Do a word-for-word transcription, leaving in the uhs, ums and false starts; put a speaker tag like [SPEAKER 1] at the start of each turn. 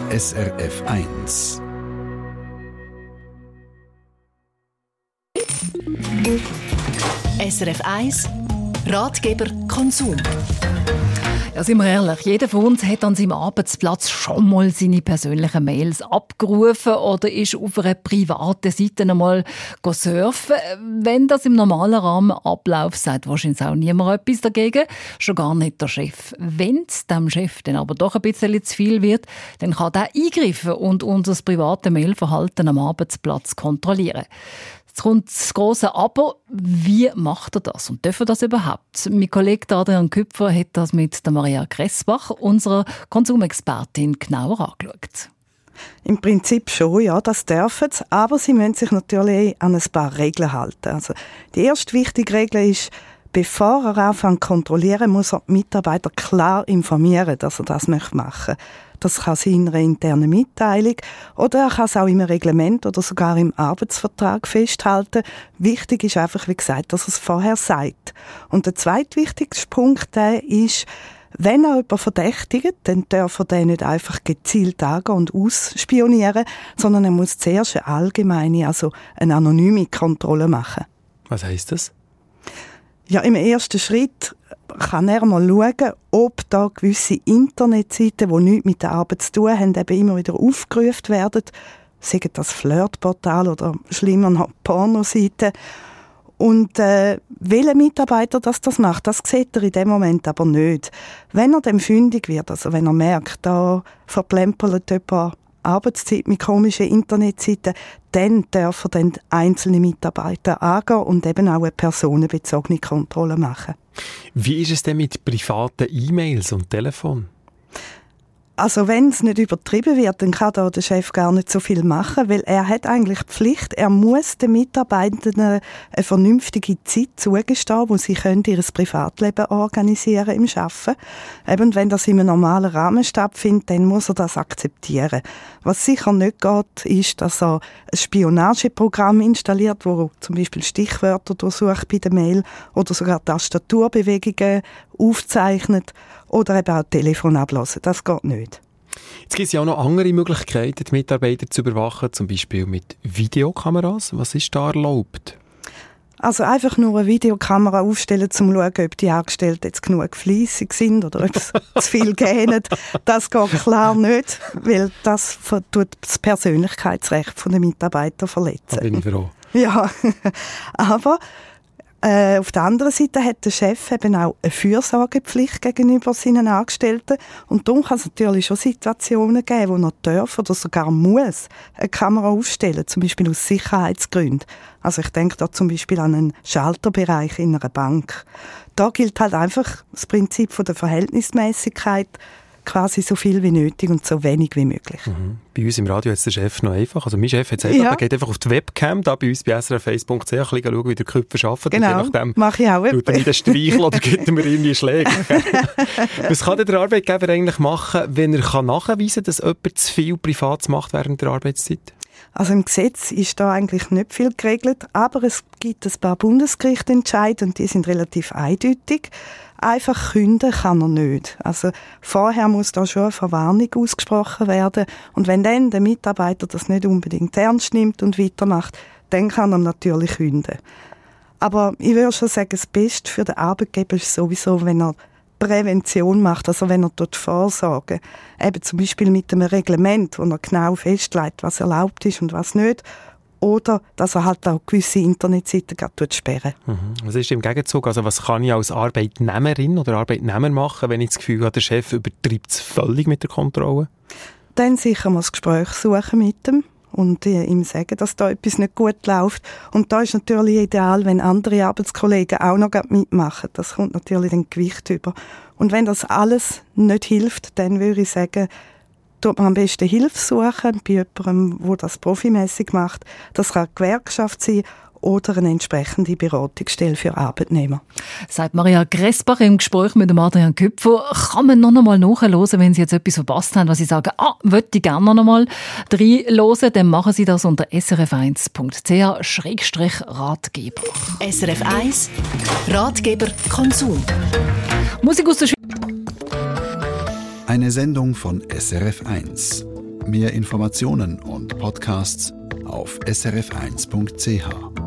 [SPEAKER 1] S R F eins.
[SPEAKER 2] S R F eins Ratgeber Konsum.
[SPEAKER 3] Ja, sind wir ehrlich, jeder von uns hat an seinem Arbeitsplatz schon mal seine persönlichen Mails abgerufen oder ist auf einer privaten Seite einmal surfen. Wenn das im normalen Rahmen abläuft, sagt wahrscheinlich auch niemand etwas dagegen, schon gar nicht der Chef. Wenn es dem Chef dann aber doch ein bisschen zu viel wird, dann kann der eingreifen und unser privates Mailverhalten am Arbeitsplatz kontrollieren. Jetzt kommt das grosse Aber. Wie macht er das? Und darf er das überhaupt? Mein Kollege Adrian Küpfer hat das mit der Maria Gressbach, unserer Konsumexpertin, genauer angeschaut.
[SPEAKER 4] Im Prinzip schon, ja, das dürfen sie. Aber sie müssen sich natürlich an ein paar Regeln halten. Also, die erste wichtige Regel ist, bevor er anfängt zu kontrollieren, muss er die Mitarbeiter klar informieren, dass er das machen möchte. Das kann sein in einer internen Mitteilung oder er kann es auch im Reglement oder sogar im Arbeitsvertrag festhalten. Wichtig ist einfach, wie gesagt, dass er es vorher sagt. Und der zweitwichtigste Punkt der ist, wenn er jemanden verdächtigt, dann darf er den nicht einfach gezielt angehen und ausspionieren, sondern er muss zuerst eine allgemeine, also eine anonyme Kontrolle machen.
[SPEAKER 5] Was heisst das?
[SPEAKER 4] Ja, im ersten Schritt kann er mal schauen, ob da gewisse Internetseiten, die nichts mit der Arbeit zu tun haben, eben immer wieder aufgerufen werden. Sagen das Flirtportal oder schlimmer noch Pornoseiten. Und äh, welcher Mitarbeiter das, das macht, das sieht er in dem Moment aber nicht. Wenn er dann fündig wird, also wenn er merkt, da verplempert jemand Arbeitszeit mit komischen Internetseiten, dann darf er dann einzelne Mitarbeiter angehen und eben auch eine personenbezogene Kontrolle machen.
[SPEAKER 5] Wie ist es denn mit privaten E-Mails und Telefon?
[SPEAKER 4] Also wenn es nicht übertrieben wird, dann kann da der Chef gar nicht so viel machen, weil er hat eigentlich die Pflicht, er muss den Mitarbeitenden eine vernünftige Zeit zugestehen, wo sie können ihr Privatleben organisieren im Arbeiten. Eben wenn das in einem normalen Rahmen stattfindet, dann muss er das akzeptieren. Was sicher nicht geht, ist, dass er ein Spionageprogramm installiert, wo zum Beispiel Stichwörter durchsucht bei der Mail oder sogar Tastaturbewegungen aufzeichnet oder eben auch Telefon abhören. Das geht nicht.
[SPEAKER 5] Jetzt gibt es ja auch noch andere Möglichkeiten, die Mitarbeiter zu überwachen, zum Beispiel mit Videokameras. Was ist da erlaubt?
[SPEAKER 4] Also einfach nur eine Videokamera aufstellen, um zu schauen, ob die Angestellten jetzt genug fleissig sind oder ob sie zu viel gähnen. Das geht klar nicht, weil das tut das Persönlichkeitsrecht der Mitarbeiter verletzen.
[SPEAKER 5] Da bin ich froh.
[SPEAKER 4] Ja, aber Äh, auf der anderen Seite hat der Chef eben auch eine Fürsorgepflicht gegenüber seinen Angestellten. Und darum kann es natürlich schon Situationen geben, wo er darf oder sogar muss eine Kamera aufstellen, zum Beispiel aus Sicherheitsgründen. Also ich denke da zum Beispiel an einen Schalterbereich in einer Bank. Da gilt halt einfach das Prinzip von der Verhältnismäßigkeit, quasi so viel wie nötig und so wenig wie möglich.
[SPEAKER 5] Mhm. Bei uns im Radio ist der Chef noch einfach. Also mein Chef hat es einfach,
[SPEAKER 4] ja.
[SPEAKER 5] Er geht einfach auf die Webcam, da bei uns bei s r f eins punkt c h, ein bisschen schauen, wie der Köpfer arbeitet.
[SPEAKER 4] Genau, mache ich auch.
[SPEAKER 5] Tut er mir den Streicheln oder gibt er mir irgendwie Schläge? Was kann der Arbeitgeber eigentlich machen, wenn er kann nachweisen kann, dass jemand zu viel Privates macht während der Arbeitszeit?
[SPEAKER 4] Also im Gesetz ist da eigentlich nicht viel geregelt, aber es gibt ein paar Bundesgerichtentscheide und die sind relativ eindeutig. Einfach künden kann er nicht. Also vorher muss da schon eine Verwarnung ausgesprochen werden und wenn dann der Mitarbeiter das nicht unbedingt ernst nimmt und weitermacht, dann kann er natürlich künden. Aber ich würde schon sagen, das Beste für den Arbeitgeber ist sowieso, wenn er Prävention macht, also wenn er dort Vorsorge, eben zum Beispiel mit einem Reglement, wo er genau festlegt, was erlaubt ist und was nicht, oder dass er halt auch gewisse Internetseiten gerade sperren.
[SPEAKER 5] Mhm. Was ist im Gegenzug? Also was kann ich als Arbeitnehmerin oder Arbeitnehmer machen, wenn ich das Gefühl habe, der Chef übertreibt es völlig mit der Kontrolle?
[SPEAKER 4] Dann sicher mal das Gespräch suchen mit ihm und ihm sagen, dass da etwas nicht gut läuft. Und da ist natürlich ideal, wenn andere Arbeitskollegen auch noch mitmachen. Das kommt natürlich dann Gewicht über. Und wenn das alles nicht hilft, dann würde ich sagen, tut man am besten Hilfe suchen bei jemandem, der das profimässig macht. Das kann eine Gewerkschaft sein oder eine entsprechende Beratungsstelle für Arbeitnehmer.
[SPEAKER 3] Sagt Maria Gressbach im Gespräch mit dem Adrian Küpfer. Kann man noch einmal nachhören, wenn Sie jetzt etwas verpasst haben, was Sie sagen, ah, würde ich gerne noch einmal reinhören, dann machen Sie das unter s r f eins punkt c h schrägstrich ratgeber.
[SPEAKER 2] S R F eins Ratgeber Konsum.
[SPEAKER 3] Musik aus der Schweiz.
[SPEAKER 1] Eine Sendung von S R F eins. Mehr Informationen und Podcasts auf s r f eins punkt c h.